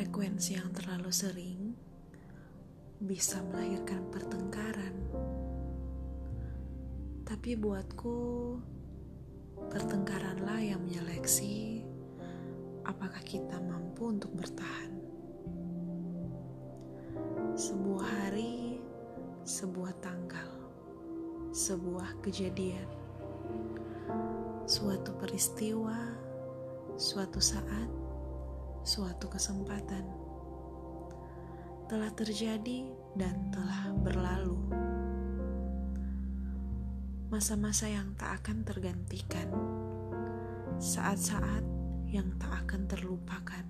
Frekuensi yang terlalu sering bisa melahirkan pertengkaran. Tapi buatku, pertengkaranlah yang menyeleksi apakah kita mampu untuk bertahan. Sebuah hari, sebuah tanggal, sebuah kejadian, suatu peristiwa, suatu saat, suatu kesempatan telah terjadi dan telah berlalu. Masa-masa yang tak akan tergantikan, saat-saat yang tak akan terlupakan.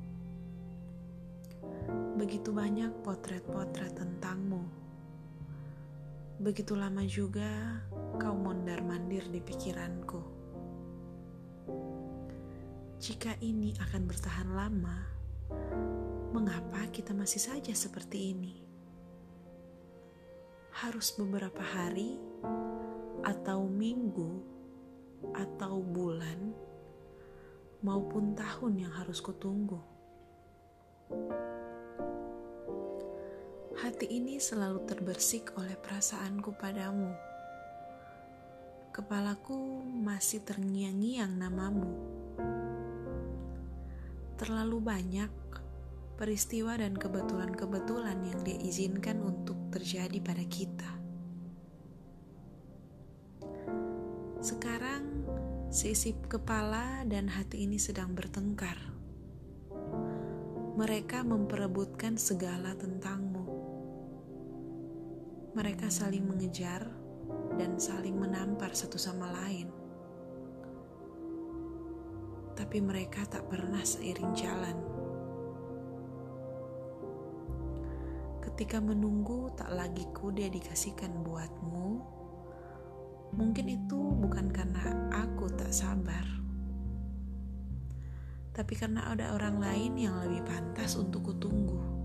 Begitu banyak potret-potret tentangmu. Begitu lama juga kau mondar-mandir di pikiranku. Jika ini akan bertahan lama, mengapa kita masih saja seperti ini? Harus beberapa hari, atau minggu, atau bulan, maupun tahun yang harus kutunggu. Hati ini selalu terbersik oleh perasaanku padamu. Kepalaku masih terngiang-ngiang namamu. Terlalu banyak peristiwa dan kebetulan-kebetulan yang dia izinkan untuk terjadi pada kita. Sekarang, sisi kepala dan hati ini sedang bertengkar. Mereka memperebutkan segala tentangmu. Mereka saling mengejar dan saling menampar satu sama lain. Tapi mereka tak pernah seiring jalan. Ketika menunggu tak lagi kudedikasikan buatmu, mungkin itu bukan karena aku tak sabar, tapi karena ada orang lain yang lebih pantas untuk kutunggu.